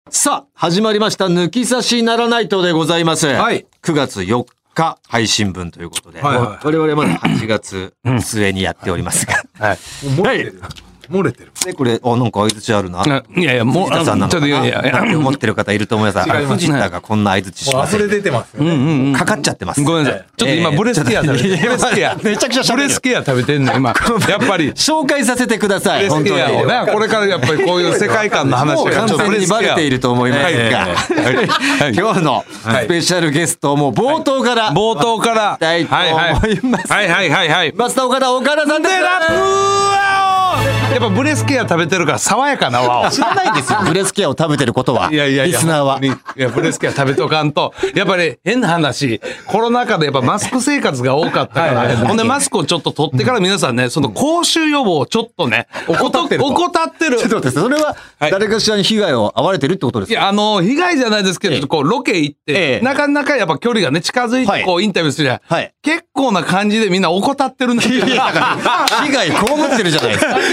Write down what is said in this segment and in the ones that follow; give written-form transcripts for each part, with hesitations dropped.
さあ、始まりました、抜き差しならないとでございます。 はい。 9月4日配信分ということで、 はいはい我々まだ8月末にやっておりますが。 はい。漏れてる。漏れてる。 で、これ、なんか相槌あるな。 いやいや、もう、 藤田さんなのかな、 ちょっといやいやいや、 って思ってる方いると思いますが、 違います藤田がこんな相槌しません。 溢れ出てますよね。 かかっちゃってます。 ごめんなさい。ちょっと今、ブレスケア食べてる。ブレスケア。 めちゃくちゃ喋るブレスケア食べてんの、今。やっぱり。 紹介させてください。 ブレスケアをね、これからやっぱりこういう世界観の話が完全にバレていると思いますが、今日のスペシャルゲストも冒頭から、 冒頭から。 たいと思います。 はいはいはいはい。 マスター岡田さんです。 ラップやっぱブレスケア食べてるから爽やかなわ知らないですよ。ブレスケアを食べてることは。 いやいやいや、 リスナーは。 いや、ブレスケア食べとかんと、やっぱり変な話、コロナ禍でやっぱマスク生活が多かったから、ほんでマスクをちょっと取ってから皆さんね、その口臭予防をちょっとね、怠ってる。 ちょっと待って、それは誰かしらに被害を遭われてるってことですか？ いや、被害じゃないですけど、こう、ロケ行って、なかなかやっぱ距離がね、近づいて、こう、インタビューするじゃん。結構な感じでみんな怠ってるんだけど。被害被ってるじゃないですか。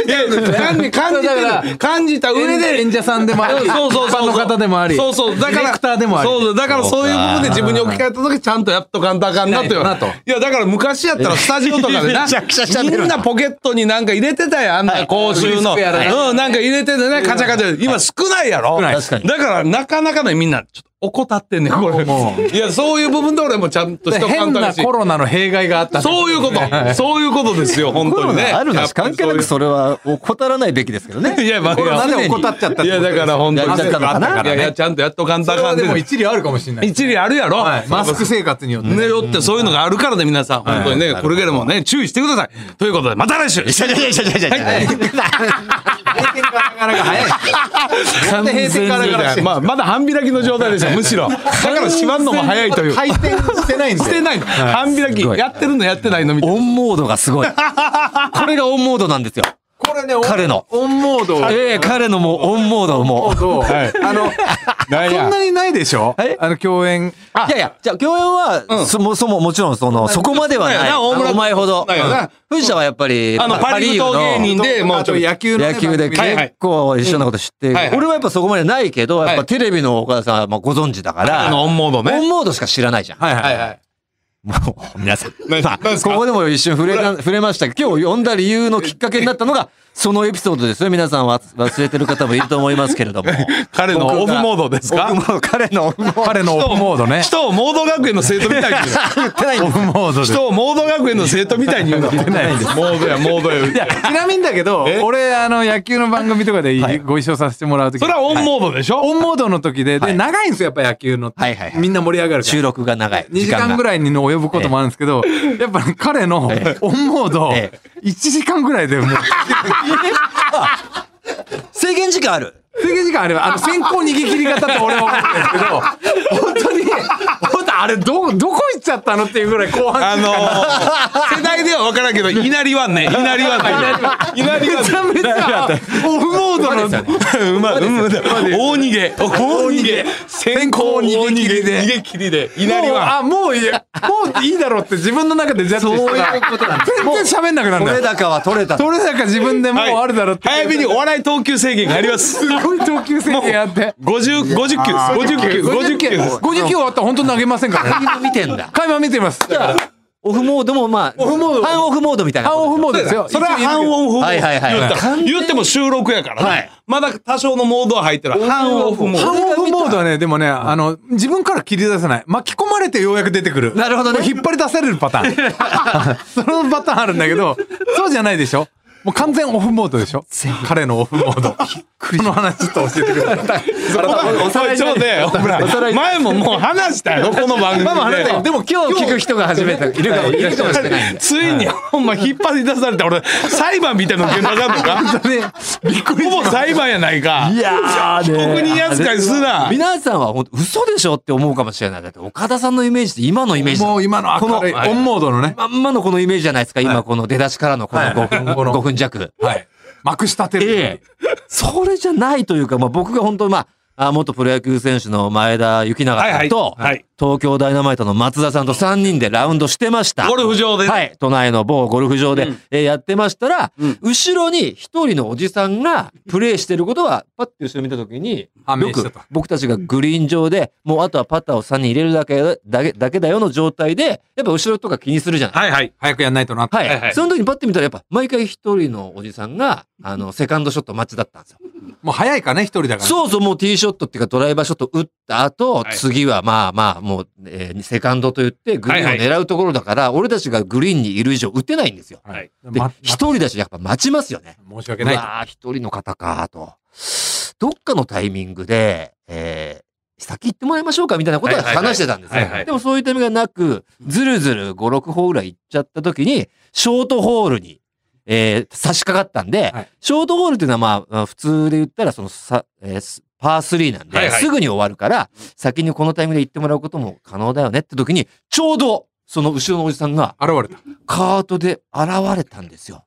感じた上で。 演者さんでもあり、一般の方でもあり、 そうそう、だから、 ディレクターでもあり。 そう、だからそういう部分で自分に置き換えた時ちゃんとやっとかんとあかんなという。いや、だから昔やったらスタジオとかでな、みんなポケットになんか入れてたやん、あんな公衆の。なんか入れててね、カチャカチャ。今少ないやろ？ 確かに。 だからなかなかね、みんな、ちょっと怠ってんねん、これ。いや、そういう部分で俺もちゃんとしとかんと変なコロナの弊害があった。 そういうこと。そういうことですよ、本当にね。 あるなし関係なくそれは怠らないべきですけどね。 いや、まあ、 コロナで怠っちゃった。 いや、だから本当に。いや、ちゃんとやっとかんとあかんでも一理あるかもしれない。 一理あるやろ。 マスク生活によって。 ね、よってそういうのがあるからね、皆さん。本当にね、これからもね、注意してください。ということで、また来週。 閉店からが早い。 完全に。まだ半開きの状態ですよ、むしろ。だから閉まんのも早いという。 回転してないんで。 してない。半開き。やってるのやってないのみたいな。 オンモードがすごい。これがオンモードなんですよ。 これね、 彼のオンモード。 彼のもうオンモードも。 そんなにないでしょ？共演。 いやいや、じゃあ共演は、そもちろんそこまではない。お前ほど。藤田はやっぱり、 パリーグの芸人で、もう野球で結構一緒なこと知ってる。俺はやっぱそこまでないけど、やっぱテレビの岡田さんはご存知だから、 オンモードね。 オンモードしか知らないじゃん。もう、皆さん。ここでも一瞬触れましたけど、今日呼んだ理由のきっかけになったのが、そのエピソードですよ。皆さんは忘れてる方もいると思いますけれども。 彼のオフモードですか？ 彼のオフモードね。 人をモード学園の生徒みたいに言う。 言ってないんです。 人をモード学園の生徒みたいに言うの。言ってないんです。モードや。 ちなみにだけど、俺、野球の番組とかでご一緒させてもらうとき。 それはオンモードでしょ？ オンモードの時で、長いんですよ、やっぱ野球の。みんな盛り上がるから。 収録が長い。 2時間ぐらいに及ぶこともあるんですけど、やっぱ彼のオンモード、1時間ぐらいでもう。 制限時間ある。 制限時間あれば、先行逃げ切り型と俺は思ってるんですけど、本当あれどこ行っちゃったのっていうぐらい後半。 世代では分からんけど、稲荷湾ね。稲荷湾。 めちゃめちゃ、オフモードの、 大逃げ。先行逃げ切りで。稲荷湾。 もういいだろうって自分の中でジャッジしてたら、全然喋んなくなるんだよ。 取れ高は取れた。 取れ高自分でもうあるだろうって。 早めにお笑い投球制限があります。 すごい投球制限あって。 50球終わったら本当投げませんからね。 会話見てんだ。 会話見てます。 オフモードも半オフモードみたいな。 半オフモードですよ。 それは半オフモード。言っても収録やからね。まだ多少のモードは入ってる。半オフモード。 半オフモードはね、でもね、自分から切り出せない。巻き込まれてようやく出てくる。 なるほどね。 引っ張り出されるパターン。そのパターンあるんだけど、そうじゃないでしょ？もう完全オフモードでしょ？彼のオフモード。この話ちょっと教えてください。 おさらいちょうで、前ももう話したよ、この番組で。 でも今日聞く人が初めているかもしれないんで。 ついにほんま引っ張り出されて、俺、裁判みたいなの受けなかったのか？ほぼ裁判やないか。 いや被告人扱いすな。 皆さんは嘘でしょって思うかもしれない。だって岡田さんのイメージって今のイメージ。 もう今の明るいオンモードのね。 まんまのこのイメージじゃないですか。今この出だしからのこの5分弱。 まくしたてる。 それじゃないというか、僕が本当元プロ野球選手の前田幸永さんと、東京ダイナマイトの松田さんと3人でラウンドしてました。 ゴルフ場でね。 はい。都内の某ゴルフ場で、やってましたら、後ろに一人のおじさんがプレイしてることは、パッて後ろ見たときに、僕たちがグリーン上で、もうあとはパターを3人入れるだけだよの状態で、やっぱ後ろとか気にするじゃない。 はい。早くやんないとなって。 はい。その時にパッて見たら、やっぱ毎回一人のおじさんが、セカンドショット待ちだったんですよ。 もう早いかね、一人だから。 そうそう、もうティーショットっていうかドライバーショット打った後、次はまあ、もう、セカンドと言ってグリーンを狙うところだから、俺たちがグリーンにいる以上打てないんですよ。で、一人だしやっぱ待ちますよね。 申し訳ない。 一人の方かと。どっかのタイミングで、先行ってもらいましょうかみたいなことは話してたんですよ。でもそういうタイミングがなく、ずるずる5、6ホールぐらい行っちゃった時に、ショートホールに、差し掛かったんで、ショートホールっていうのはまあ、普通で言ったらパー3なんで、すぐに終わるから、先にこのタイミングで行ってもらうことも可能だよねって時に、ちょうど、その後ろのおじさんが、 現れた。 カートで現れたんですよ。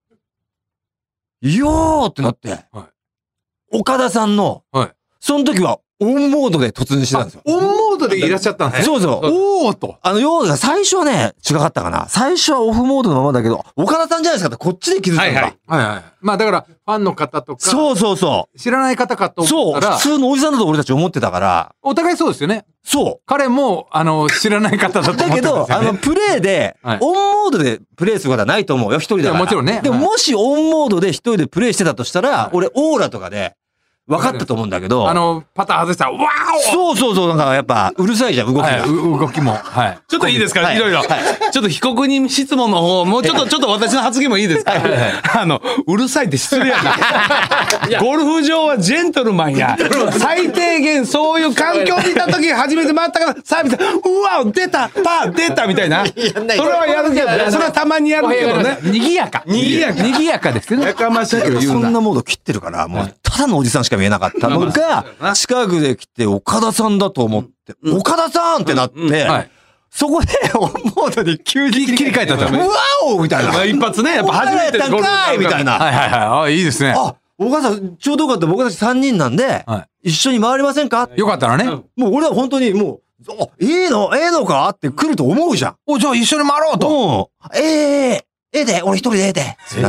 よーってなって、岡田さんの、その時は、オンモードで突入してたんですよ。 オンモードでいらっしゃったんですね。 そうそう。 おーと。 要は最初はね、違かったかな。最初はオフモードのままだけど、岡田さんじゃないですかってこっちで気づいたのか。 はい。まあだから、ファンの方とか。 そう。 知らない方かと思ったら。 そう、普通のおじさんだと俺たち思ってたから。 お互いそうですよね。 そう。 彼も、知らない方だと思ってたんですよね。 だけど、プレイで、オンモードでプレイすることはないと思うよ、一人だから。 もちろんね。 でももしオンモードで一人でプレイしてたとしたら、俺オーラとかで、分かったと思うんだけど。 パターン外したら、わーそう。なんかやっぱ、うるさいじゃん、動きが。 動きも。はい。 ちょっといいですか、いろいろ。ちょっと被告人質問の方、もうちょっと私の発言もいいですか。うるさいって失礼やな。ゴルフ場はジェントルマンや。最低限そういう環境にいた時初めて回ったから、サービス、うわ、出たみたいな。それはやるけど、それはたまにやるけどね。 賑やかですよね。 やかましいけど、 そんなモード切ってるから、もう、ただのおじさんしか見えなかったのが、近くで来て岡田さんだと思って、岡田さんってなって、そこでオンモードに急に切り替えたんだね。 うわおみたいな。 一発ね、やっぱ初めてゴルフみたいな。 はい。いいですね。 岡田さん、ちょうどよかった。僕たち3人なんで、一緒に回りませんかよかったらね。 もう俺は本当にもう、ええのかって来ると思うじゃん。 じゃあ一緒に回ろうと。 で、俺一人でってなって。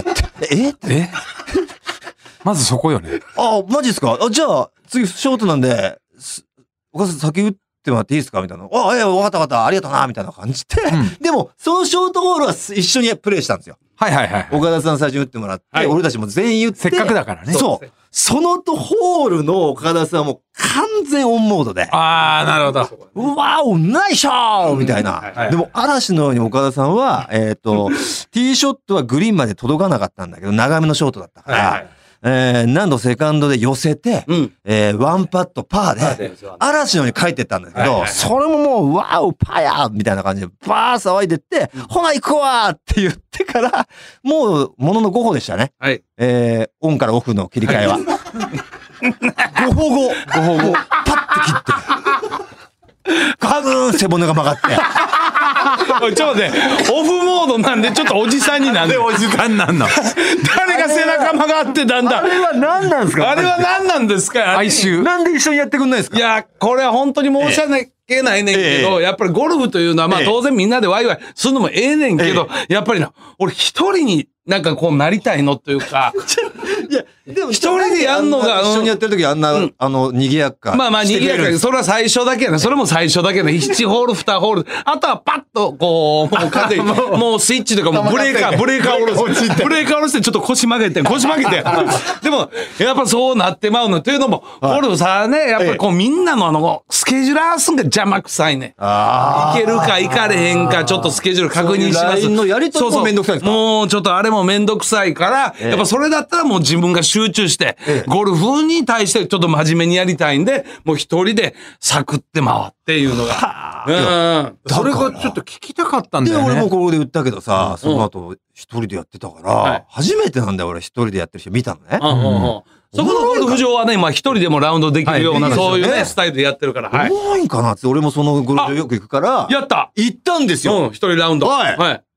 まずそこよね。 マジですか？じゃあ、次、ショートなんで、お母さん先打ってもらっていいですかみたいな。わかった、ありがとうな、みたいな感じで。でも、そのショートホールは一緒にプレイしたんですよ。 はい。 岡田さん最初に打ってもらって、俺たちも全員打って。 せっかくだからね。 そう。そのホールの岡田さんはもう完全オンモードで。 なるほど。 うわお、ナイスショーみたいな。でも、嵐のように岡田さんは、ティーショットはグリーンまで届かなかったんだけど、長めのショートだったから、何度セカンドで寄せて、ワンパットパーで、嵐のように帰ってったんですけど、それももう、ワオパヤーみたいな感じで、バー騒いでって、ほな行くわって言ってから、もう、ものの5歩でしたね。オンからオフの切り替えは。5歩後、パッて切って、ガブーン背骨が曲がって。 ちょっとね、オフモードなんでちょっとおじさんになんでおじさんなんの誰が背中曲がってたんだ。 あれは何なんですか？ あれは何なんですか？ 哀愁。 なんで一緒にやってくんないですか？ いや、これは本当に申し訳ないねんけど、やっぱりゴルフというのは、まあ当然みんなでワイワイするのもええねんけど、やっぱりな、俺一人になんかこうなりたいのというか、 いや、でも一人でやんのが、 一緒にやってる時あんな、賑やか。 まあ賑やかで、それは最初だけやね。それも最初だけやね。1ホール、2ホール。あとはパッと、こう、もう完全に、もうスイッチとかもうブレーカー下ろして、ちょっと腰曲げて。でも、やっぱそうなってまうの。というのも、ゴルフさね、やっぱりこうみんなのスケジュール合わすんが邪魔くさいね。行けるか行かれへんか、ちょっとスケジュール確認します。 LINE のやりとりもめんどくさいんですか？ もうちょっとあれもめんどくさいから、やっぱそれだったらもう自分が集中して、ゴルフに対してちょっと真面目にやりたいんで、もう一人でサクって回っていうのが。 それがちょっと聞きたかったんだよね。 で、俺もここで言ったけどさ、その後一人でやってたから、初めてなんだよ俺一人でやってる人見たのね。 そこのゴルフ場はね、まあ一人でもラウンドできるような、そういうね、スタイルでやってるから。 うまいんかなって、俺もそのゴルフ場よく行くから。 やった行ったんですよ。 一人ラウンド。 はい。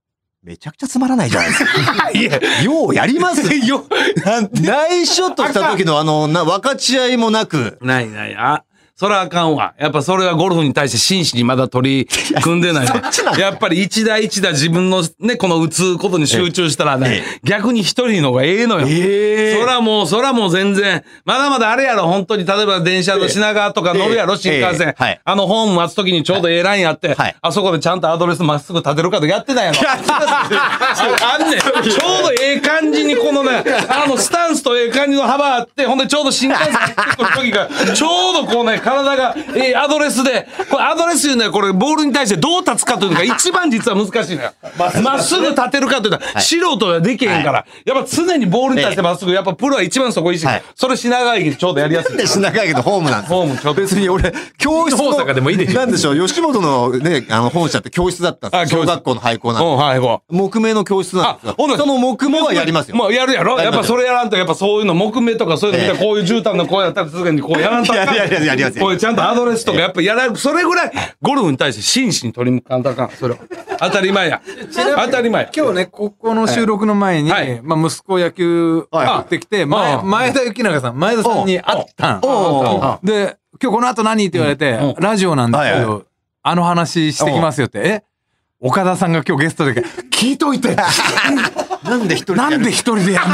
めちゃくちゃつまらないじゃないですか。 いや、 ようやりますよ、なんて。 ナイスショットした時の分かち合いもなく。 ない。それはあかんわ。やっぱそれはゴルフに対して真摯にまだ取り組んでないね。やっぱり一打一打自分のね、この打つことに集中したらね、逆に一人の方がええのよ。そらもう全然、まだまだあれやろ、本当に、例えば電車の品川とか乗るやろ、新幹線。ホーム待つ時にちょうどラインあって、あそこでちゃんとアドレスまっすぐ立てるかとやってないやろ。あんねん。ちょうど感じにこのね、スタンスと感じの幅あって、ほんでちょうど新幹線入ってくる時が、ちょうどこうね、体が、アドレスで、これアドレスいうのはこれボールに対してどう立つかというのが一番実は難しいのよ。まっすぐ立てるかというのは、素人はできへんから、やっぱ常にボールに対してまっすぐ、やっぱプロは一番そこ意識。それ品川駅でちょうどやりやすい。 品川駅のホームなんです。 ホームちょっと。 別に俺、教室の、 大阪でもいいでしょ。 なんでしょう、吉本のね、本社って教室だったんですよ。小学校の廃校なんで。木目の教室なんですよ。その木目はやりますよ。 もうやるやろ。やっぱそれやらんと、やっぱそういうの、木目とかそういうの見たらこういう絨毯のこうやったらすぐにこうやらんと。 やります。 こうちゃんとアドレスとかやっぱやられる、それぐらいゴルフに対して真摯に取り向かんとあかん。それは。当たり前や。当たり前。 今日ね、ここの収録の前に、まあ息子野球行ってきて、前田幸永さん、前田さんに会ったん。で、今日この後何って言われて、ラジオなんですけど、話してきますよって。岡田さんが今日ゲストで聞いといて。 なんで一人でやるの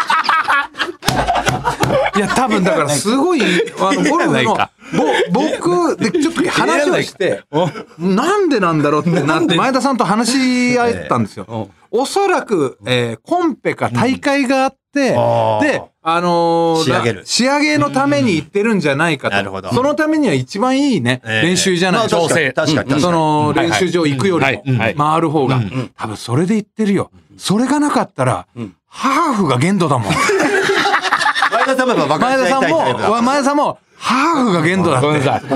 いや、多分だからすごい、ゴルフの、僕でちょっと話をして、なんでなんだろうってなって、前田さんと話し合えたんですよ。おそらく、コンペか大会があって、で、仕上げのために行ってるんじゃないかと。そのためには一番いいね、練習じゃない。 調整。 確かに。 その練習場行くよりも回る方が。多分それで行ってるよ。それがなかったら、ハーフが限度だもん。前田さんも、ハーフが限度だって。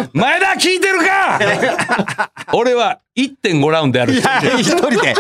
前田聞いてるか俺は 1.5 ラウンドやる。 一人で。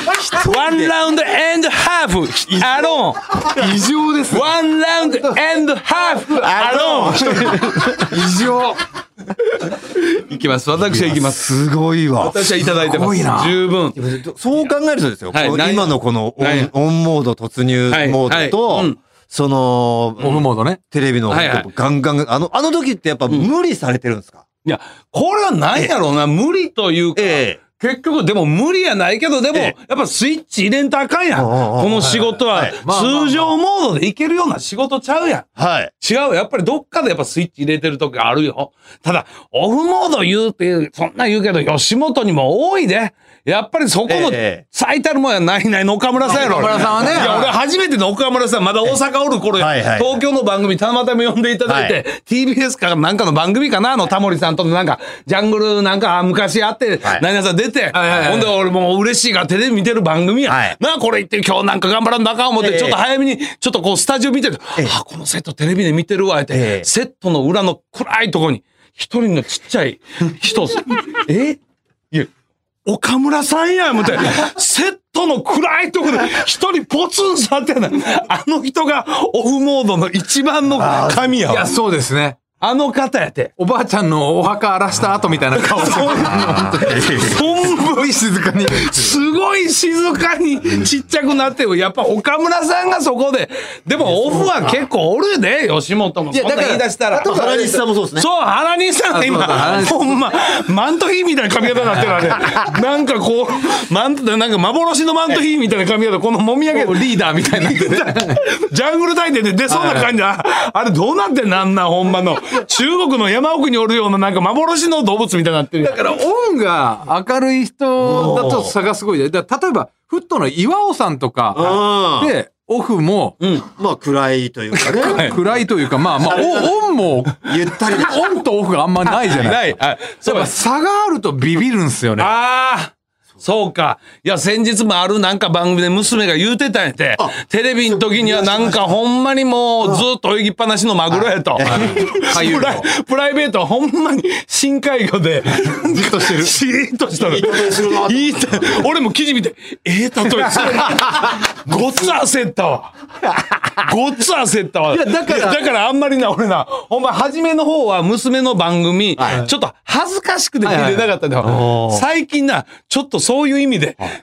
1ラウンドエンドハーフアローン。 異常です。 1ラウンドエンドハーフアローン。 異常。 いきます。私は行きます。 すごいわ。 私はいただいてます。十分。 そう考えるとですよ。今のこのオンモード突入モードと、その、 オフモードね。 テレビのガンガン、あの時ってやっぱ無理されてるんですか？ いや、これはないやろうな。無理というか、結局、でも無理やないけど、でも、やっぱスイッチ入れんとあかんやん。この仕事は、通常モードでいけるような仕事ちゃうやん。違う。やっぱりどっかでやっぱスイッチ入れてる時あるよ。ただ、オフモード言うって、そんな言うけど、吉本にも多いで。やっぱりそこの最たるもんやない岡村さんやろ。 岡村さんはね。 いや、俺初めての岡村さん、まだ大阪おる頃や。東京の番組たまたま呼んでいただいて、TBS かなんかの番組かな、タモリさんとのなんか、ジャングルなんか昔あって、何々さん出て、ほんで俺もう嬉しいからテレビ見てる番組や。なあ、これ言って今日なんか頑張らんなあかん思って、ちょっと早めに、ちょっとこうスタジオ見てて、あ、このセットテレビで見てるわ、って、セットの裏の暗いとこに、一人のちっちゃい人、いや、岡村さんや思って、セットの暗いところで一人ポツン座ってない。あの人がオフモードの一番の神やわ。 いや、そうですね。 あの方やて。 おばあちゃんのお墓荒らした後みたいな顔して。すごい静かに。 すごい静かにちっちゃくなってる。やっぱ岡村さんがそこで。でもオフは結構おるで、吉本も。そんな言い出したら。 原西さんもそうですね。 そう、原西さんが今、ほんま、マントヒーみたいな髪型になってるわね。なんかこう、なんか幻のマントヒーみたいな髪型、このもみあげリーダーみたいになってね。 ジャングル大帝で出そうな感じだ。あれどうなってんなんな、ほんまの。中国の山奥におるようななんか幻の動物みたいになってる。 だから音が明るい人だと差がすごいで。だから例えば、フットの岩尾さんとかで、オフも、 まあ暗いというかね。 暗いというか、まあ、オンも、 ゆったり。 オンとオフがあんまないじゃない。 ない。やっぱ差があるとビビるんすよね。 ああ。そうか。いや、先日もあるなんか番組で娘が言うてたんやて。テレビの時にはなんかほんまにもうずっと泳ぎっぱなしのマグロやと。プライベートはほんまに深海魚で。 じっとしてる。 シーッとしてる。いい俺も記事見て、例えごっつ焦ったわ。ごっつ焦ったわ。いや、だからあんまりな、俺な、ほんま初めの方は娘の番組、ちょっと恥ずかしくて見れなかったんだよ。最近な、ちょっとそういう意味で、ちょっと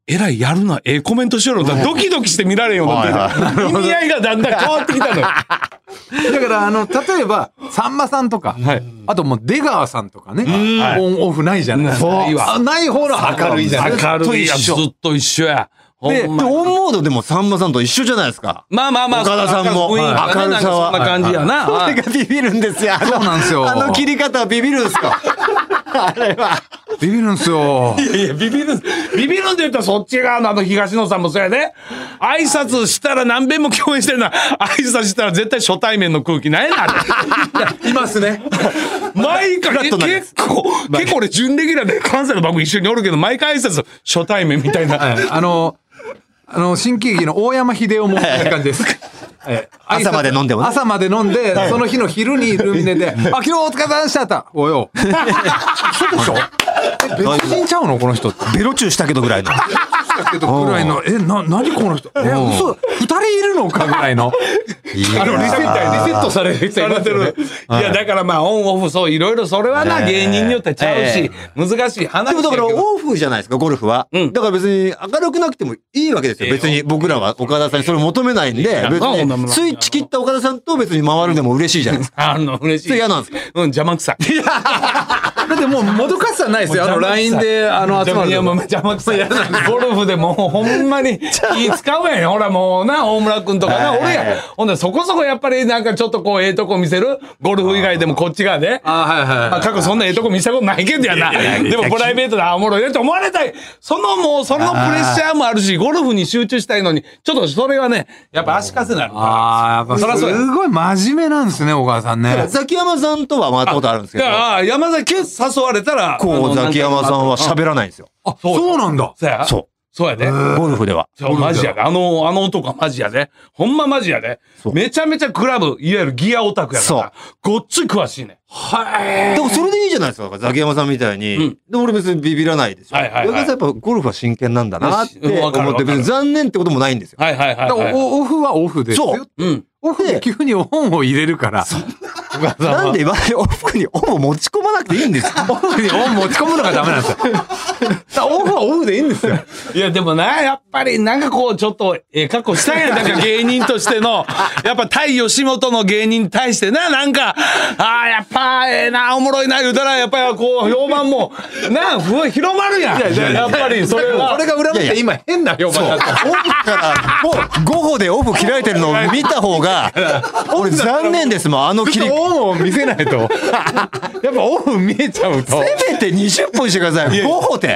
えらいやるな、コメントしよるのドキドキして見られんようになって、意味合いがだんだん変わってきたのよ。だから例えばさんまさんとか、あともう出川さんとかね、オンオフないじゃないですか。ない方の明るいじゃないですか。 明るいやずっと一緒や。 で、オンモードでもさんまさんと一緒じゃないですか。 まあ岡田さんも明るさはそんな感じやな。 これがビビるんですよ。 そうなんですよ。 あの切り方はビビるんですか。あれはビビるんですよ。 いやビビるんって言ったらそっち側の東野さんもそうやで。挨拶したら何遍も共演してるな。挨拶したら絶対初対面の空気ないな。 いますね。 毎回結構俺準レギュラーで関西の番組一緒におるけど毎回挨拶初対面みたいな。 新喜劇の大山秀夫もこんな感じです。 朝まで飲んでもね。 朝まで飲んで、その日の昼にルミネで、昨日お疲れ様でしたっておよ。そうでしょ？別人ちゃうのこの人って。 ベロチューしたけどぐらいの。 ぐらいの、何この人。嘘、二人いるのかぐらいの。リセットされる人いますよね。 いや、だからまあ、オンオフ、そう、いろいろそれはな、芸人によってちゃうし、難しい話でもだからオフじゃないですか、ゴルフは。だから別に明るくなくてもいいわけですよ。別に僕らは岡田さんにそれを求めないんで、別にスイッチ切った岡田さんと別に回るでも嬉しいじゃないですか。 嬉しい。 それ嫌なんですか？ 邪魔くさい。 だってもうもどかしさないですよ。LINE で集まる。 いやもう邪魔くさい。ゴルフでもうほんまに気使うやん。ほらもうな、大村くんとかな、俺や。ほんでそこそこやっぱりなんかちょっとこうとこ見せる。ゴルフ以外でもこっち側で。まあ過去そんなとこ見せたことないけどやな。でもプライベートでおもろいねって思われたい。そのプレッシャーもあるし、ゴルフに集中したいのに、ちょっとそれがね、やっぱ足かせになる。 やっぱすごい真面目なんですね、小川さんね。 ザキヤマさんとは回ったことあるんですけど。 山崎誘われたら。 ザキヤマさんは喋らないんですよ。 あ、そうなんだ。 そうやで。 ゴルフでは。 マジやで。あの男はマジやで。ほんまマジやで。めちゃめちゃクラブ、いわゆるギアオタクやから。ごっつい詳しいね。 でもそれでいいじゃないですか。ザキヤマさんみたいに。でも俺別にビビらないでしょ。やっぱゴルフは真剣なんだなって思って別に残念ってこともないんですよ。 オフはオフですよ。オフで急にオンを入れるから。 なんで今オフにオンを持ち込まなくていいんですか？ オフにオン持ち込むのがダメなんですよ。オフはオフでいいんですよ。 いやでもな、やっぱりなんかこうちょっと格好したんやん。なんか芸人としての、やっぱ対吉本の芸人に対してな、なんか、やっぱな、おもろいな言うたら、やっぱりこう評判も、な、広まるやん。やっぱりそれは。 俺が裏見て今変な評判だった。 オフからもう5歩でオフ切られてるのを見た方が、俺残念ですもん、あの切り。 オンを見せないと。やっぱオフ見えちゃうと。 せめて20分してください。5歩で。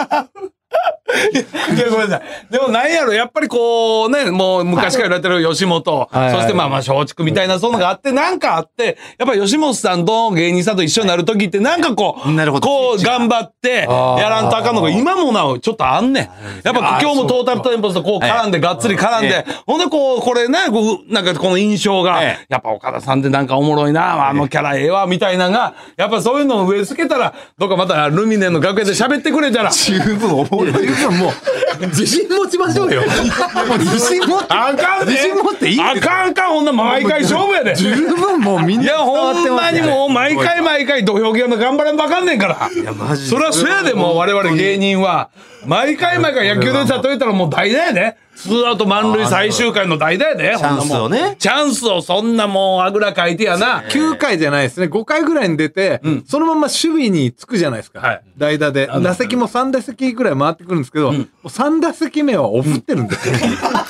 いやごめんなさい。でもなんやろ、やっぱりこうね、もう昔から言われてる吉本、そしてまあ松竹みたいなそんなのがあって、なんかあって、やっぱり吉本さんと芸人さんと一緒になるときってなんかこう頑張ってやらんとあかんのが今もなおちょっとあんねん。やっぱ今日もトータルテンポスとこう絡んでがっつり絡んで、ほんでこうこれね、なんかこの印象がやっぱ岡田さんってなんかおもろいな、あのキャラええわみたいなのが、やっぱそういうのを植え付けたら、どっかまたルミネの楽屋で喋ってくれたら十分おもろい。もう自信持ちましょうよ。もう自信持って。 あかんね。 自信持っていい。 あかんほんな毎回勝負やで。 十分もうみんな。 いやほんまにもう毎回土俵際の頑張れんばかんねんから。いやマジで。それはそやでもう我々芸人は毎回野球で例えたらもう代打やで。ツーアウト満塁最終回の代打やで。 チャンスをね。 チャンスをそんなもうあぐらかいてやな。 9回じゃないですね。5回ぐらいに出て、そのまま守備につくじゃないですか。代打で。打席も3打席ぐらい回ってくるんですけど、3打席目はオフってるんですよ。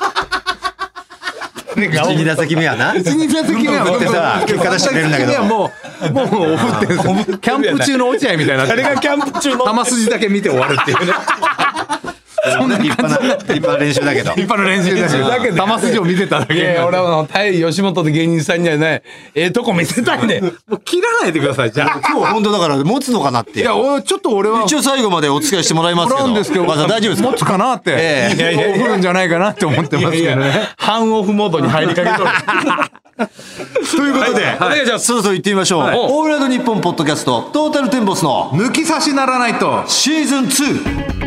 1、2打席目はな。 1、2打席目は持ってさ、結果出してくれるんだけど。 もうオフってるんですよ。キャンプ中の落合みたいになって。 誰がキャンプ中の球筋だけ見て終わるっていうね。 そんな立派な練習だけど。 立派な練習だけど。球筋を見てただけ。 いや、俺は対吉本で芸人さんにはね、とこ見せたいね。 もう切らないでください、じゃあ。 今日本当だから持つのかなっていう。 いや、ちょっと俺は。 一応最後までお付き合いしてもらいますけど。岡田大丈夫ですか？ 持つかなって。送るんじゃないかなって思ってますけどね。 半オフモードに入りかけとる。 ということで、そろそろ行ってみましょう。オールナイトニッポンポッドキャスト、トータルテンボスの抜き差しならないとシーズン2。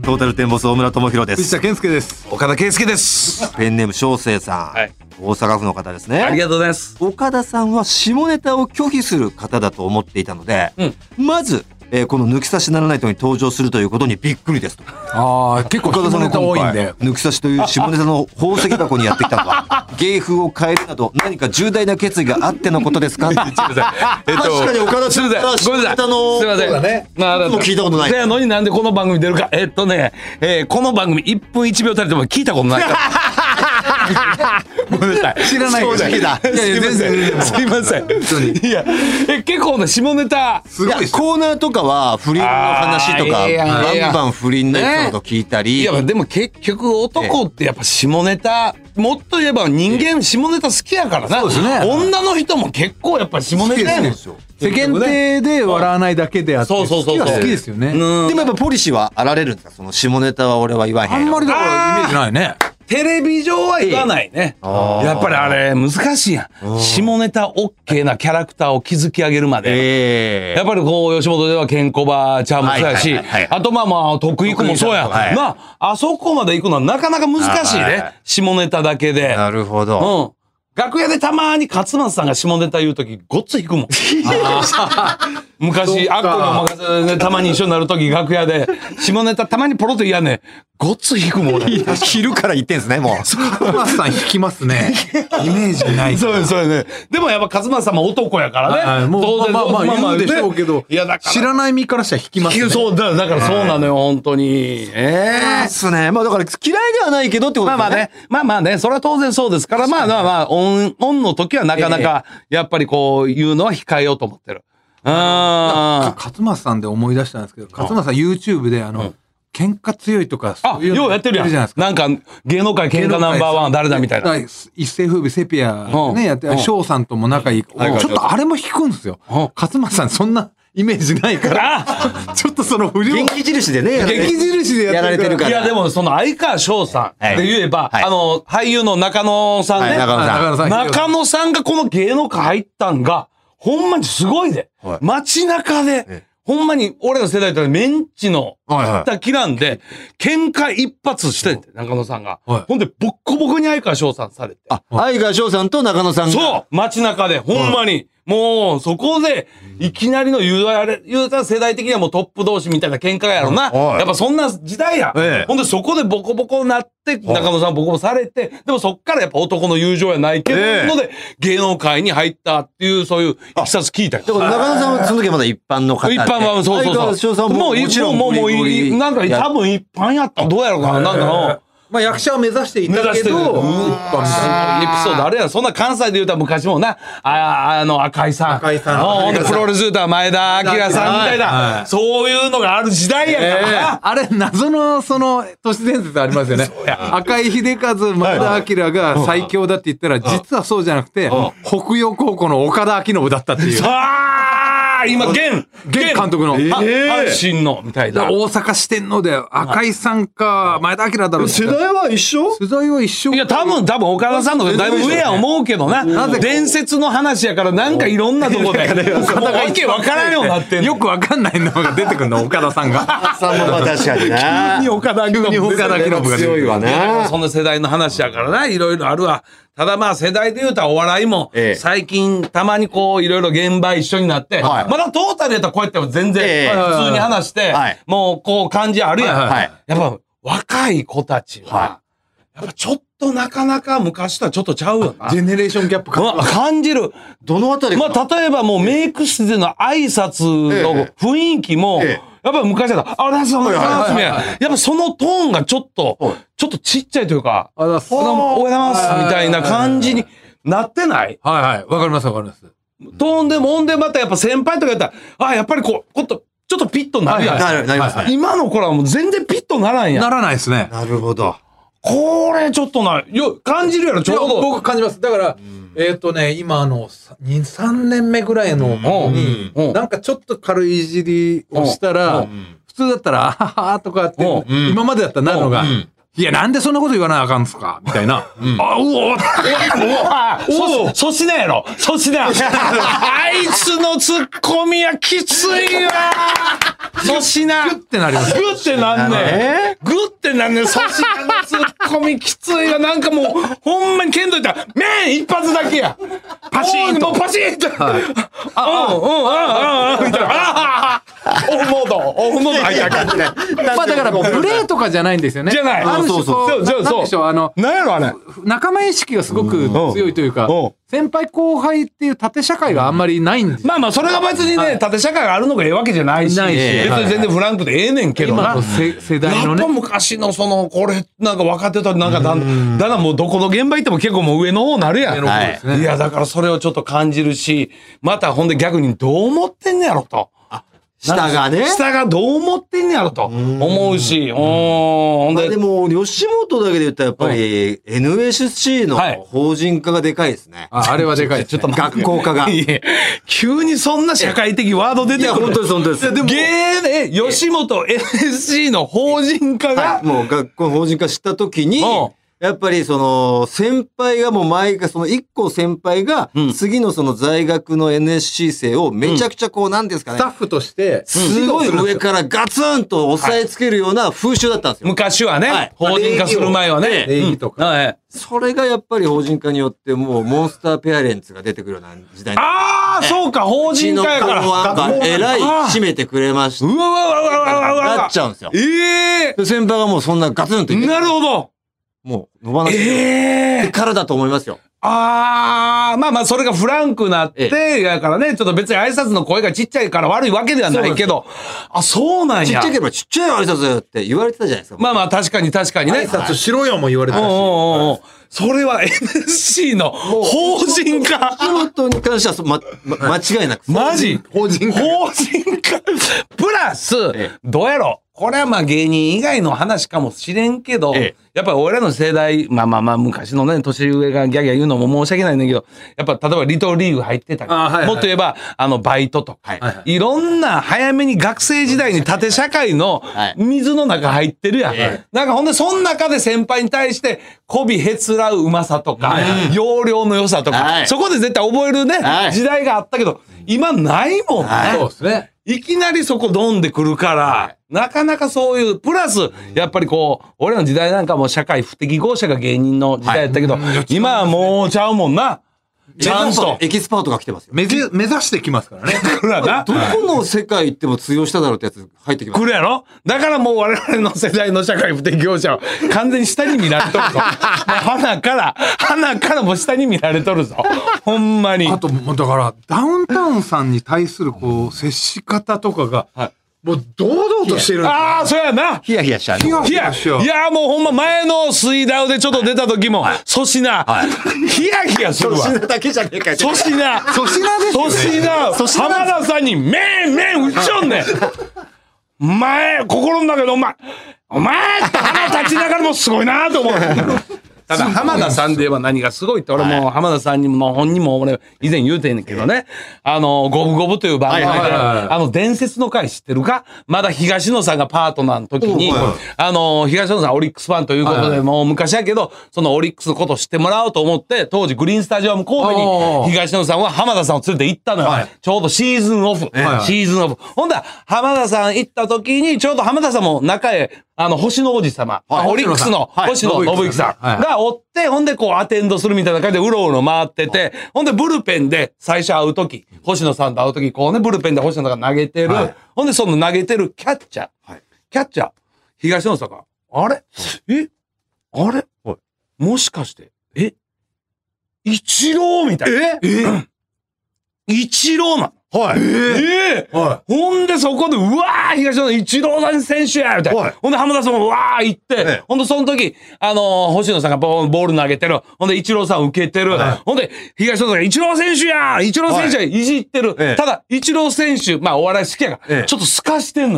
トータルテンボス大村智弘です。 藤田健介です。 岡田圭介です。 ペンネーム小生さん、大阪府の方ですね。 ありがとうございます。 岡田さんは下ネタを拒否する方だと思っていたので、まずこの抜き差しならないとに登場するということにびっくりですと。 結構下ネタ多いんで、 抜き差しという下ネタの宝石箱にやってきたのは芸風を変えるなど何か重大な決意があってのことですか？確かに岡田さんから下ネタの、 すみません、 もう聞いたことない。 せやのになんでこの番組出るか。この番組1分1秒たりとも聞いたことないから。ごめんなさい。 知らないから。 いや全然すいません。いや結構ね下ネタすごい。コーナーとかは不倫の話とかバンバン不倫のエピソード聞いたり。 いやでも結局男ってやっぱ下ネタ、もっと言えば人間下ネタ好きやからな。 そうですね。 女の人も結構やっぱ下ネタやねん。 世間体で笑わないだけであって、好きは好きですよね。でもやっぱポリシーはあられるんですか？その下ネタは俺は言わへん。 あんまりだからイメージないね。 テレビ上は言わないね。やっぱりあれ難しいやん。下ネタ OK なキャラクターを築き上げるまで。やっぱりこう吉本ではケンコバちゃんもそうやし、あとまあ徳井君もそうや。まああそこまで行くのはなかなか難しいね。下ネタだけで。 なるほど。 楽屋でたまに勝松さんが下ネタ言うときごっつ引くもん。昔、あっこもたまに一緒になるとき楽屋で下ネタたまにポロッと言やねごっつ引くもん俺。 昼から言ってんすねもう。 勝松さん引きますね。イメージない。 そうね。でもやっぱ勝松さんも男やからね。 当然まあ言うでしょうけど、知らない身からしたら引きますね。 そうだからそうなのよ本当に。 ですね。まあだから嫌いではないけどってことですね。 まあねそれは当然そうですからまあオンの時はなかなかやっぱりこう言うのは控えようと思ってる。 勝松さんで思い出したんですけど、勝松さん YouTube で喧嘩強いとかそういうようやってるやん。なんか芸能界喧嘩ナンバーワン誰だみたいな。 一世風靡セピアねやって翔さんとも仲いい。ちょっとあれも引くんですよ。勝松さんそんなイメージないからちょっとその不良元気印でね元気印でやられてるから。 いやでもその相川翔さんで言えば俳優の中野さんね。中野さんがこの芸能界入ったんがほんまにすごいで。街中でほんまに俺の世代とメンチのったきなんで喧嘩一発してんて中野さんが。ほんでボッコボコに相川翔さんされて。 相川翔さんと中野さんが。 そう街中でほんまに。もう、そこで、いきなりの言うたら世代的にはもうトップ同士みたいな喧嘩やろな。やっぱそんな時代や。ほんでそこでボコボコになって、中野さんボコボコされて、でもそっからやっぱ男の友情やないけど、ので、芸能界に入ったっていう、そういういきさつ聞いたり。 だから中野さんはその時はまだ一般の方で。 一般は、そう。相川翔さんももちろんもう、なんか多分一般やった。どうやろうかな。なんかの。 まあ役者を目指していたけど、エピソードあれやそんな関西で言うたら昔もな、赤井さん。プロレス言うたら前田明さんみたいな、そういうのがある時代やからな。 あれ、謎のその都市伝説ありますよね。赤井秀和、前田明が最強だって言ったら、実はそうじゃなくて、北洋高校の岡田彰信だったっていう。 今、現監督の。 阪神の、みたいな。 大阪四天王で赤井さんか、前田明だろう。 世代は一緒？ 世代は一緒。 いや、多分岡田さんのだいぶ上や思うけどな。伝説の話やからなんかいろんなとこで。岡田がわけわからんようになってんの。 よくわかんないのが出てくるの、岡田さんが。 さんも確かにな。 急に岡田明信が強いわね。 そんな世代の話やからな、いろいろあるわ。ただまあ世代で言うたらお笑いも最近たまにこういろいろ現場一緒になってまだトータルやったらこうやっても全然普通に話してもうこう感じあるやん。やっぱ若い子たちはやっぱちょっとなかなか昔とはちょっとちゃうよな。 ジェネレーションギャップ感じる。 どのあたり？ まあ例えばもうメイク室での挨拶の雰囲気もやっぱ昔だったら、やっぱそのトーンがちょっとちっちゃいというか、おはようございますみたいな感じになってない？ はい。わかります。 トーンでもんでまたやっぱ先輩とかやったら、やっぱりちょっとピッとなるやん。 なりますね。 今の頃はもう全然ピッとならんやん。 ならないですね。 なるほど。 これちょっと感じるやろ、ちょうど。 僕感じます。だから、今3年目ぐらいのに、なんかちょっと軽いいじりをしたら、普通だったら、あははとかって、今までだったらなるのが、いや、なんでそんなこと言わなあかんすかみたいな。 粗品やろ粗品あいつのツッコミはきついわ粗品。 グッてなります。 グッてなんねん。グッてなんねん。粗品のツッコミきついわ。なんかもう、ほんまに剣道いったら、麺一発だけや。パシーンと。もうパシーンと。みたいな。オフモード入ったから。 まあだからプレーとかじゃないんですよね。 じゃない。 ある種こう、なんでしょう、 なんやろあれ。 仲間意識がすごく強いというか、先輩後輩っていう縦社会があんまりないんです。 まあそれが別にね、縦社会があるのがええわけじゃないし、別に全然フランクでええねんけどな。 今の世代のね。 やっぱ昔のこれ、なんか若手となんかだんだんもうどこの現場行っても結構もう上の方なるやん。いや、だからそれをちょっと感じるし、またほんで逆にどう思ってんねやろと。 下がね。 下がどう思ってんねやろと思うし。ほんで。 でも、吉本だけで言ったらやっぱり NSC の法人化がでかいですね。 あれはでかい。 ちょっと学校化が。 急にそんな社会的ワード出てくる。 いや、本当です、本当です。 でも、吉本 NSC の法人化がもう学校法人化したときに、やっぱりその先輩がもう前がその一個先輩が次のその在学の NSC 生をめちゃくちゃこうなんですかね。 スタッフとしてすごい上からガツンと押さえつけるような風習だったんですよ。 昔はね。法人化する前はね。 礼儀とか。 それがやっぱり法人化によってもうモンスターペアレンツが出てくるような時代に。 ああ、そうか、法人化やから。 えらい締めてくれました。 うわなっちゃうんですよ。先輩がもうそんなガツンと言って。 なるほど。 もう、野放しからだと思いますよ。 まあ、それがフランクなって、やからね、ちょっと別に挨拶の声がちっちゃいから悪いわけではないけど、そうなんや。 ちっちゃければちっちゃい挨拶って言われてたじゃないですか。 まあ、確かにね。 挨拶しろよも言われてたし。 それは NSC の法人化。 吉本に関しては間違いなく。 マジ法人化。 プラス、どうやろこれはまあ芸人以外の話かもしれんけど、やっぱり俺らの世代、まあ昔のね、年上がギャギャ言うのも申し訳ないんだけど、やっぱ例えばリトルリーグ入ってたり、もっと言えばバイトとか、いろんな早めに学生時代に縦社会の水の中入ってるやん。なんかほんでその中で先輩に対して媚びへつらううまさとか、要領の良さとか、そこで絶対覚えるね、時代があったけど、今ないもんね。 そうですね。 いきなりそこドンでくるから、なかなかそういう、プラス、やっぱりこう、俺らの時代なんかも社会不適合者が芸人の時代やったけど、今はもうちゃうもんな。ちゃんと。 エキスパートが来てますよ。 目指してきますからね。 どこの世界行っても通用しただろうってやつ入ってきます。 来るやろだからもう我々の世代の社会不適合者は完全に下に見られとるぞ。鼻からもう下に見られとるぞ。ほんまに。 あと、だから、ダウンタウンさんに対するこう、接し方とかが、もう堂々としてるんですよ。 ああ、そうやな。 ヒヤヒヤしちゃう。 いや、もうほんま前の水ダウでちょっと出た時も、粗品、ヒヤヒヤするわ。 粗品だけじゃねえかよ。 粗品ですよ。浜田さんに、麺打ちよんねん。心の中でお前って腹立ちながらもすごいなと思う。ただ浜田さんで言えば何がすごいって俺も浜田さんにも本人も俺以前言うてんねんけどね、五分五分という番組で伝説の回知ってるか？まだ東野さんがパートナーの時に東野さんオリックスファンということでもう昔やけどそのオリックスのことを知ってもらおうと思って当時グリーンスタジアム神戸に東野さんは浜田さんを連れて行ったのよ。ちょうどシーズンオフ。ほんだら浜田さん行った時にちょうど浜田さんも中へ星の王子様、オリックスの星野信之さんがおって、ほんでこうアテンドするみたいな感じでうろうろ回ってて、ほんでブルペンで最初会うとき、星野さんと会うとき、こうね、ブルペンで星野さんが投げてる、ほんでその投げてるキャッチャー、東野さんが、あれもしかして、イチローみたいな。イチローなの。ほんでそこで、うわー東野イチロー選手やみたいな。ほんで浜田さんもうわー行って、ほんでその時、星野さんがボール投げてる。ほんでイチローさん受けてる。ほんで東野さんがイチロー選手やいじってる。ただ、イチロー選手、まあお笑い好きやから、ちょっと透かしてんのよ。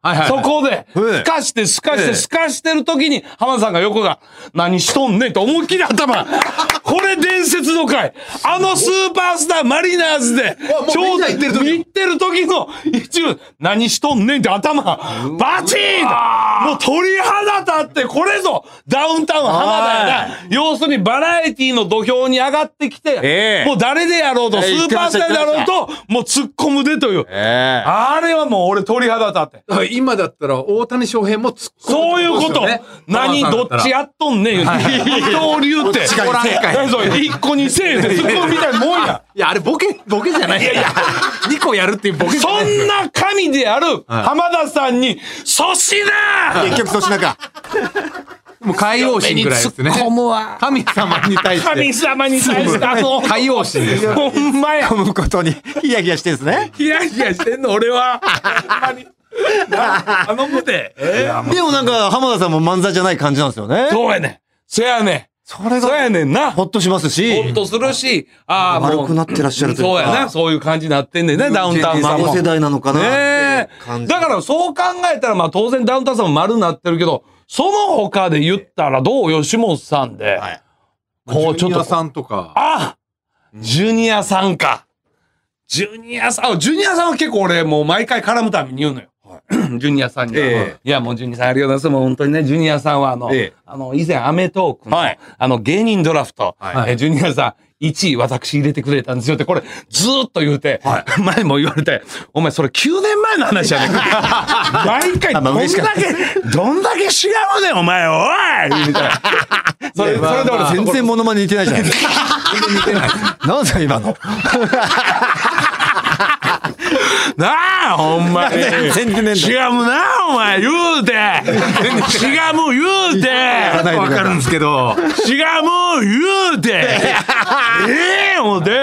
そこで、すかしてる時に、浜田さんが横が、何しとんねんと思いっきり頭。これ伝説の回。あのスーパースターマリナーズで、ちょうど行ってる時の、一応、何しとんねんって頭、バチーンもう鳥肌立って、これぞ、ダウンタウン浜田が、要するにバラエティの土俵に上がってきて、もう誰でやろうと、スーパースターでやろうと、もう突っ込むでという。あれはもう俺鳥肌立って。 今だったら大谷翔平も突っ込む。 そういうこと。何、どっちやっとんねん。二刀流って。一個にせえって突っ込むみたいなもんや。 いや、あれボケじゃない。いやいや、2個やるっていうボケじゃない。 そんな神である浜田さんに、粗品結局粗品か。 もう海王神ぐらいですね。神様に対して。海王神です。 ほんまや。 込むことにヒヤヒヤしてんですね。 ヒヤヒヤしてんの俺は。ほんまに。頼むで。 でもなんか浜田さんも漫才じゃない感じなんですよね。 そうやねん。そやねん。そうやねんな。 ほっとしますし。 ほっとするし、 丸くなってらっしゃるというか。 そうやな。そういう感じになってんねんね、ダウンタウンさんも。 孫世代なのかな。 だからそう考えたら、まあ当然ダウンタウンさんも丸になってるけど、その他で言ったらどう吉本さんで。 こうちょっと。ジュニアさんとか。 ジュニアさんか。ジュニアさんは結構俺もう毎回絡むたびに言うのよ。ジュニアさんに。いやもうジュニアさんありがとうございます。もう本当にね、ジュニアさんは以前アメトークの、芸人ドラフト、ジュニアさん1位私入れてくれたんですよって、これずーっと言うて、前も言われて、お前それ9年前の話やねん。毎回どんだけ違うねんお前おいみたいな。それで俺全然モノマネ似てないじゃないですか。全然似てない。なんすか今の。 なあほんまに全然ねえんだ違うなお前言うて違う言うてわかるんですけど違う言うて思って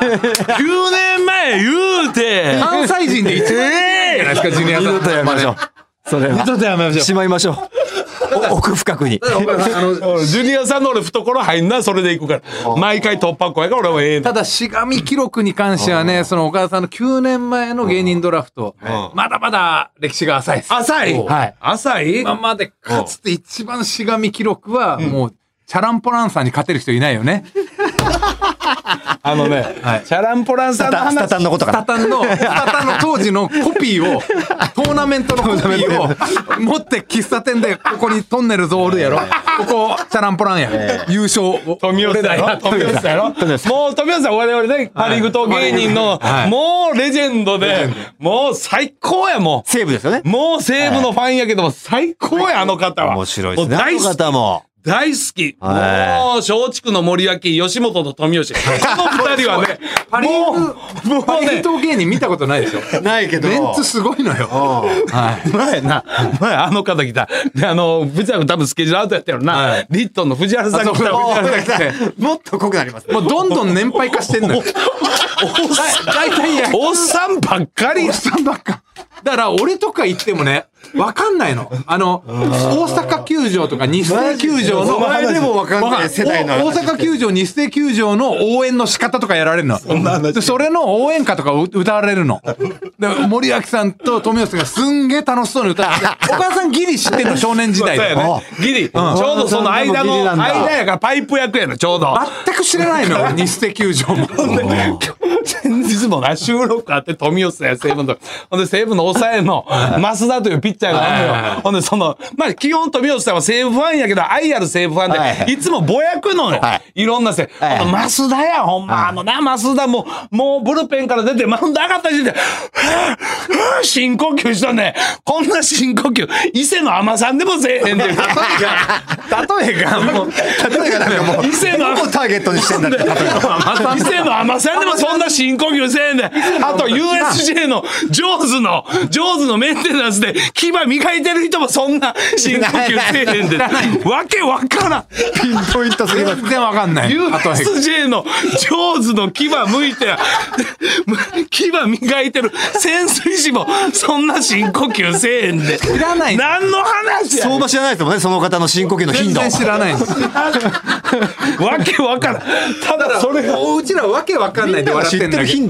9年前言うて関西人で一番じゃないですかジュニアさん。 二度とやめましょう。それは。 二度とやめましょう。 しまいましょう。奥深くに。 ジュニアさんの俺懐入んな、それで行くから。毎回突破口やから俺はええ。 ただ、しがみ記録に関してはね、その岡田さんの9年前の芸人ドラフト、まだまだ歴史が浅いです。 浅い？ はい。 浅い？ 今までかつて一番しがみ記録は、もう、チャランポランさんに勝てる人いないよね。 チャランポランさんの話。 スタタンのことかな。 スタタンの当時のコピーを、トーナメントのコピーを持って喫茶店で、ここにトンネルズおるやろ。ここ、チャランポランや。優勝。 富吉さんやろ。富吉さんやろ。もう富吉さん我々ね、パリグト芸人の、もうレジェンドで、もう最高やもう。西武ですよね。 もう西武のファンやけども、最高や、あの方は。 面白いですね。あの方も。 大好き。もう、松竹の森脇、吉本と富吉。この二人はね、 パリーグ芸人見たことないでしょ。 ないけど。 メンツすごいのよ。 前あの方来た。で、藤原多分スケジュールアウトやったよな。リットンの藤原さん来た。 もっと濃くなります。 もうどんどん年配化してんのよ。大体おっさんばっかり。 おっさんばっか。だから俺とか言ってもね、わかんないの。大阪球場とか日生球場の、 でもわかんない世代の。 大阪球場、日生球場の応援の仕方とかやられるの。それの応援歌とか歌われるの。で、森脇さんと富吉さんがすんげえ楽しそうに歌って、お母さんギリ知ってんの少年時代で。 ギリ。ちょうどその間やからパイプ役やの、ちょうど。 全く知らないの、日生球場も。 先日もな、収録あって富吉さんや西武の。ほんで西武の抑えの増田というピッチャーがあるのよ。ほんで基本富吉さんは西武ファンやけど、愛ある西武ファンで、いつもぼやくのよ。いろんな増田や、ほんま増田もうブルペンから出てマウンド上がった時点で、深呼吸したね。こんな深呼吸、伊勢の海女さんでもせえへんで。例えがなんかもう、伊勢のターゲットにしてんだって。 伊勢の海女さんでもそんな深呼吸せえへんで。あと USJ のジョーズのメンテナンスで牙磨いてる人もそんな深呼吸せえへんで。わけわからん。 ピンポイントすぎます。 全然わかんない。 USJ のジョーズの牙向いて、牙磨いてる潜水士もそんな深呼吸せえへんで。 知らない。 何の話や。 相場知らないですもんね、その方の深呼吸の頻度。 全然知らないんです。 わけわからん。ただそれがうちらわけわかんないで笑ってんだけど。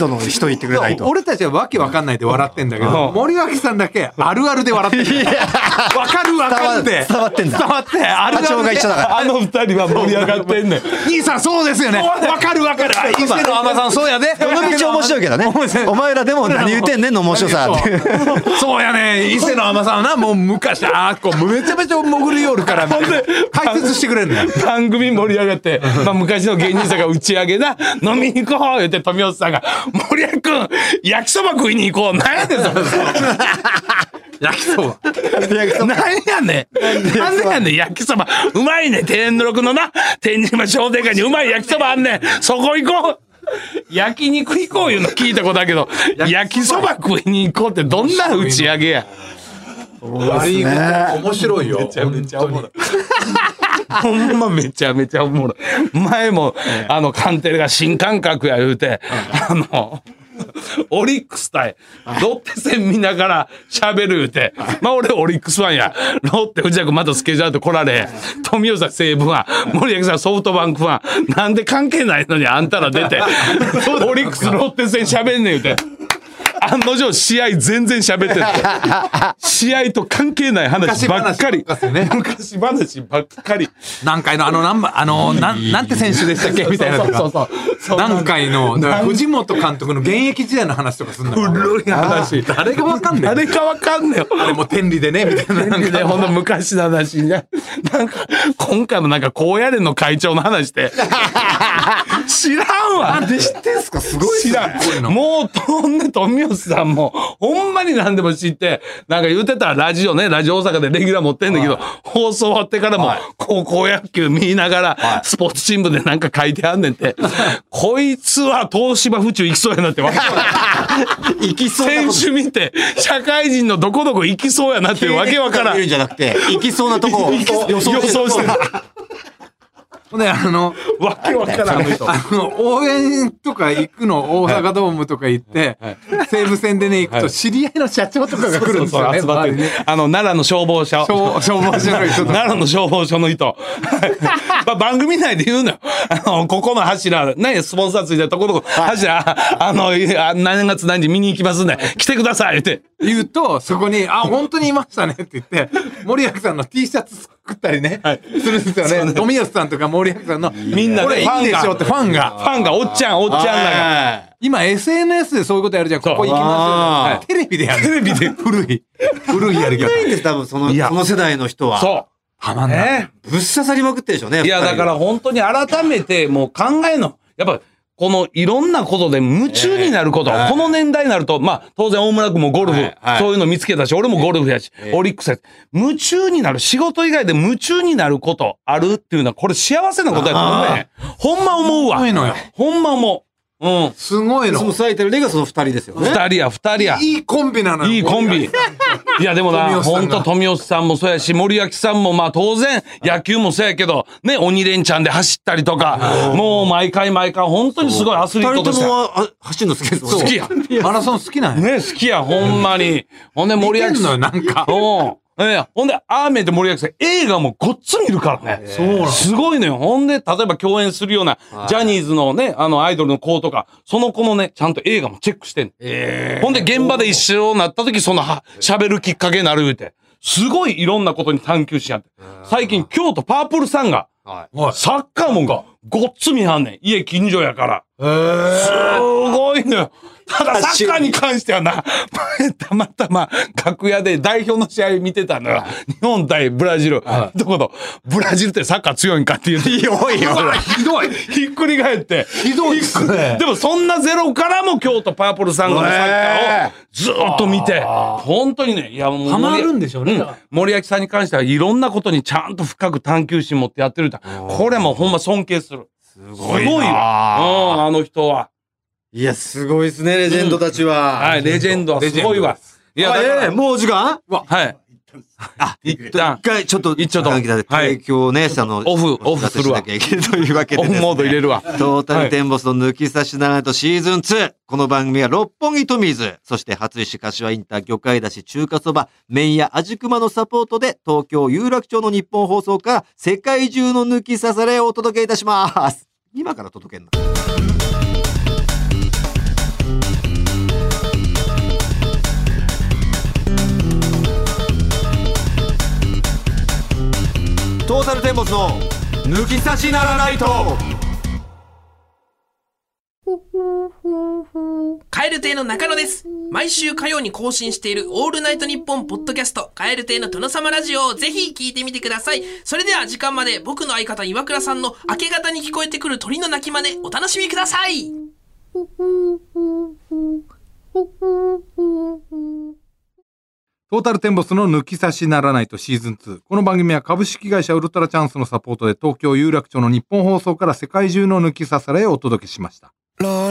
の人言ってくれないと。 俺たちはわけわかんないで笑ってんだけど、森脇さんだけあるあるで笑ってる。わかるわかるって伝わってんだ。 伝わってあるある波長が一緒だから。 あの二人は盛り上がってんねん。 兄さんそうですよね。わかるわかる。伊勢の甘さんそうやで。 どの道面白いけどね。お前らでも何言ってんねんの面白さっていう。 そうやね。伊勢の甘さんはな、もう昔こうめちゃめちゃ潜り寄るから解説してくれんねん。 番組盛り上がって、まあ昔の芸人さんが打ち上げな、飲みに行こう言って富吉さんが、森脇くん、焼きそば食いに行こう。何やねん、それ。 焼きそば。 何やねん。なんでやねん、焼きそば。うまいね、天禄のな、天神商店街にうまい焼きそばあんねん。そこ行こう。焼肉行こういうの聞いたことだけど、焼きそば食いに行こうってどんな打ち上げや。 悪いこと面白いよ。 めちゃめちゃおもろい。ほんまめちゃめちゃおもろい。前も、カンテレが新感覚や言うて、オリックス対ロッテ戦見ながら喋る言うて、まあ俺オリックスファンや。ロッテ藤田君またスケジュールと来られ、富吉さん西武ファン、森脇さんソフトバンクファン、なんで関係ないのにあんたら出て、オリックスロッテ戦喋んねん言うて。案の定試合全然喋ってる。試合と関係ない話ばっかり。昔話ばっかり。 南海のなんて選手でしたっけみたいなとか。南海の藤本監督の現役時代の話とかすんだ。 古い話。 誰がわかんねえ。 誰かわかんねえよ。 あれも天理でねみたいな。 天理でほんと昔の話ね。なんか今回もなんか高野連の会長の話で。知らんわ。 なんで知ってんすか。すごい知らん。もう富吉さんもほんまに何でも知って、なんか言うてたラジオ大阪でレギュラー持ってんだけど、放送終わってからも高校野球見ながらスポーツ新聞でなんか書いてあんねんて、こいつは東芝府中行きそうやなって分かる。行きそう。選手見て社会人のどこどこ行きそうやなってわけわからん。 見るんじゃなくて行きそうなとこを予想してる。 でわけわからん応援とか行くの、大阪ドームとか行って、西武線でね行くと知り合いの社長とかが来るんですよね。 奈良の消防署。 消防署の人。 奈良の消防署の人。番組内で言うのよ。ここの柱、ね、スポンサーついてるところ、柱、何月何時見に行きますんで、来てくださいって言うと、そこに、本当にいましたねって言って、森脇さんの T シャツ作ったりね、するんですよね。富吉さんとか森脇さんの、 みんなで、ファンでしょってファンが、 おっちゃんが。 今 SNS でそういうことやるじゃん。ここ行きますよ。テレビでやる。 テレビで古いやり方。 ないんです、多分その世代の人は。 そう。 はまんない。 ぶっ刺さりまくってるでしょうね。 いや、だから本当に改めてもう考えの、やっぱ、このいろんなことで夢中になること、この年代になると、まあ当然大村君もゴルフ、そういうの見つけたし、俺もゴルフやし、オリックスやし、夢中になる、仕事以外で夢中になることあるっていうのは、これ幸せなことやと思うね。ほんま思うわ。ほんま思う。うん。 すごいの。 その最たる例がその二人ですよね。 二人や。 いいコンビなのよ。 いいコンビ。いやでもな、ほんと富吉さんもそうやし、森脇さんもまあ当然野球もそうやけど、ね、鬼レンチャンで走ったりとか、もう毎回本当にすごいアスリートとして。 二人とも走るの好きですもんね。 好きや。 マラソン好きなんや。 ね、好きや、ほんまに。ほんで森脇さん。 なんか。 ほんで、アーメンって森脇さん、映画もごっつ見るからね。すごいのよ。ほんで、例えば共演するような、ジャニーズのね、アイドルの子とか、その子のね、ちゃんと映画もチェックしてんの。ほんで、現場で一緒になった時、喋るきっかけになる言うて。すごいいろんなことに探求しやって。最近、京都パープルさんが、サッカーもんがごっつ見はんねん。家近所やから。すごいのよ。ただサッカーに関してはな、たまたま楽屋で代表の試合見てたのよ。日本対ブラジル。どこのブラジルってサッカー強いんかって言って。ひどい。ひっくり返って。 ひどいっすね。 でもそんなゼロからも京都パープルさんがのサッカーをずーっと見て、本当にね、いやもう。 ハマるんでしょうね。 森脇さんに関してはいろんなことにちゃんと深く探求心持ってやってる。これもほんま尊敬する。すごいわ。あの人は。 いや、すごいですね、レジェンドたちは。 はい、レジェンドはすごいわ。 いや、もう時間はい。 一回、ちょっと、提供ね、 オフするわ。 というわけで。 オフモード入れるわ。 トータルテンボスの抜き差しならないとシーズン2。この番組は六本木トミーズ、そして初石柏インター魚介だし中華そば、麺屋味熊のサポートで東京有楽町の日本放送から世界中の抜き差されをお届けいたします。今から届けんの。 トータルテンボスの抜き差しならないと。 蛙亭の中野です。毎週火曜に更新しているオールナイトニッポンポッドキャスト蛙亭の殿様ラジオをぜひ聞いてみてください。それでは時間まで僕の相方岩倉さんの明け方に聞こえてくる鳥の鳴き真似お楽しみください。 トータルテンボスの抜き差しならないとシーズン2。この番組は株式会社ウルトラチャンスのサポートで東京有楽町の日本放送から世界中の抜き差されをお届けしました。 さあ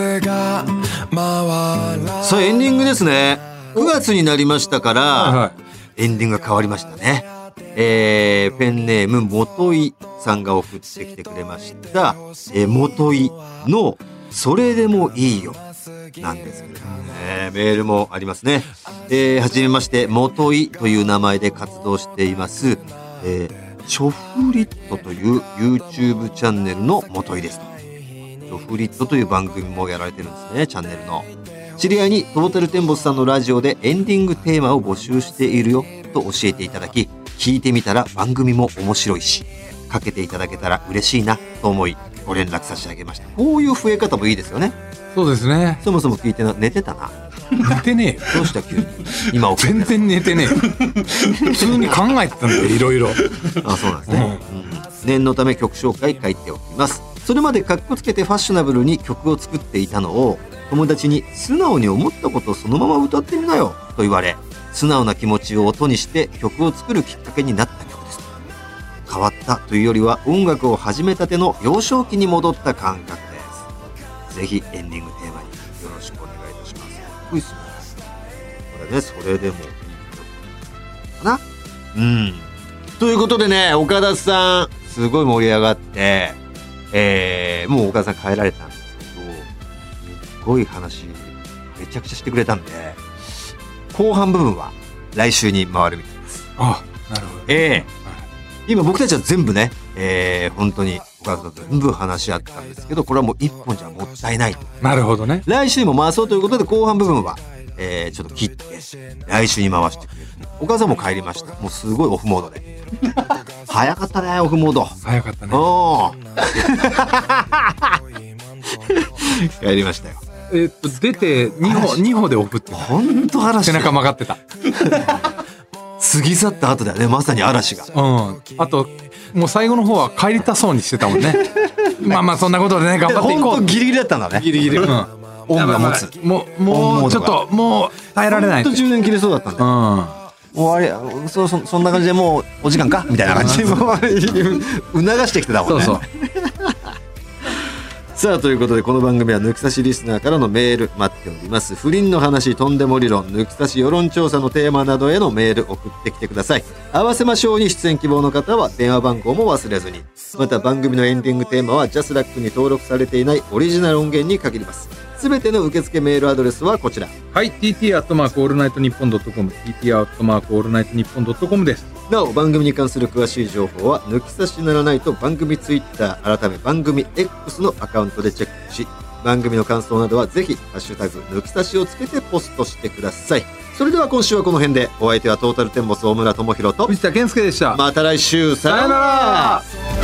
エンディングですね。9月になりましたから、はい、エンディングが変わりましたね。ペンネーム元井さんが送ってきてくれました、元井のそれでもいいよなんですけどね、メールもありますね。はじめまして、元井という名前で活動しています、チョフリットという YouTube チャンネルの元井ですと。チョフリットという番組もやられてるんですね、チャンネルの。知り合いにトータルテンボスさんのラジオでエンディングテーマを募集しているよと教えていただき、聞いてみたら番組も面白いし、かけていただけたら嬉しいなと思いご連絡差し上げました。こういう増え方もいいですよね。 そうですね。 そもそも聞いて寝てたな。 寝てねえ。 どうした急に。今送って全然寝てねえ。普通に考えてたんだよ、いろいろ。 あ、そうなんですね。念のため曲紹介書いておきます。それまでカッコつけてファッショナブルに曲を作っていたのを、友達に素直に思ったことをそのまま歌ってみなよと言われ、素直な気持ちを音にして曲を作るきっかけになった曲です。変わったというよりは音楽を始めたての幼少期に戻った感覚です。ぜひエンディングテーマによろしくお願いいたします。かっこいいっすね。これね、それでもいい曲かな。ということでね、岡田さんすごい盛り上がって、もう岡田さん帰られたんですけど、すごい話めちゃくちゃしてくれたんで、後半部分は来週に回るみたいです。 あ、なるほど。 今僕たちは全部ね、本当に岡田さんと全部話し合ったんですけど、これはもう一本じゃもったいないと。 なるほどね。 来週にも回そうということで、後半部分は、ちょっと切って来週に回してくれる。岡田さんも帰りました。もうすごいオフモードで早かったね、オフモード早かったね。 帰りましたよ。 出て2歩でオフってほんと嵐、 背中曲がってた。 過ぎ去った後だよね、まさに嵐が。 あともう最後の方は帰りたそうにしてたもんね。まあそんなことでね、頑張っていこう。 ほんとギリギリだったんだね。 ギリギリ。 音が持つ。 もうちょっともう耐えられない。 ほんと10年切れそうだったんだよ。もうあれ、そんな感じでもうお時間かみたいな感じで促してきてたもんね。そうさあ、ということでこの番組は抜き差しリスナーからのメール待っております。不倫の話、とんでも理論、抜き差し世論調査のテーマなどへのメール送ってきてください。合わせましょうに出演希望の方は電話番号も忘れずに。また番組のエンディングテーマはジャスラックに登録されていないオリジナル音源に限ります。すべての受付メールアドレスはこちら。 はい、tt@allnightnippon.com、tt@allnightnippon.com です。 なお、番組に関する詳しい情報は抜き差しならないと番組ツイッター改め番組 X のアカウントでチェックし、番組の感想などはぜひハッシュタグ抜き差しをつけてポストしてください。それでは今週はこの辺で。お相手はトータルテンボス大村智広と藤田健介でした。 また来週、さよなら。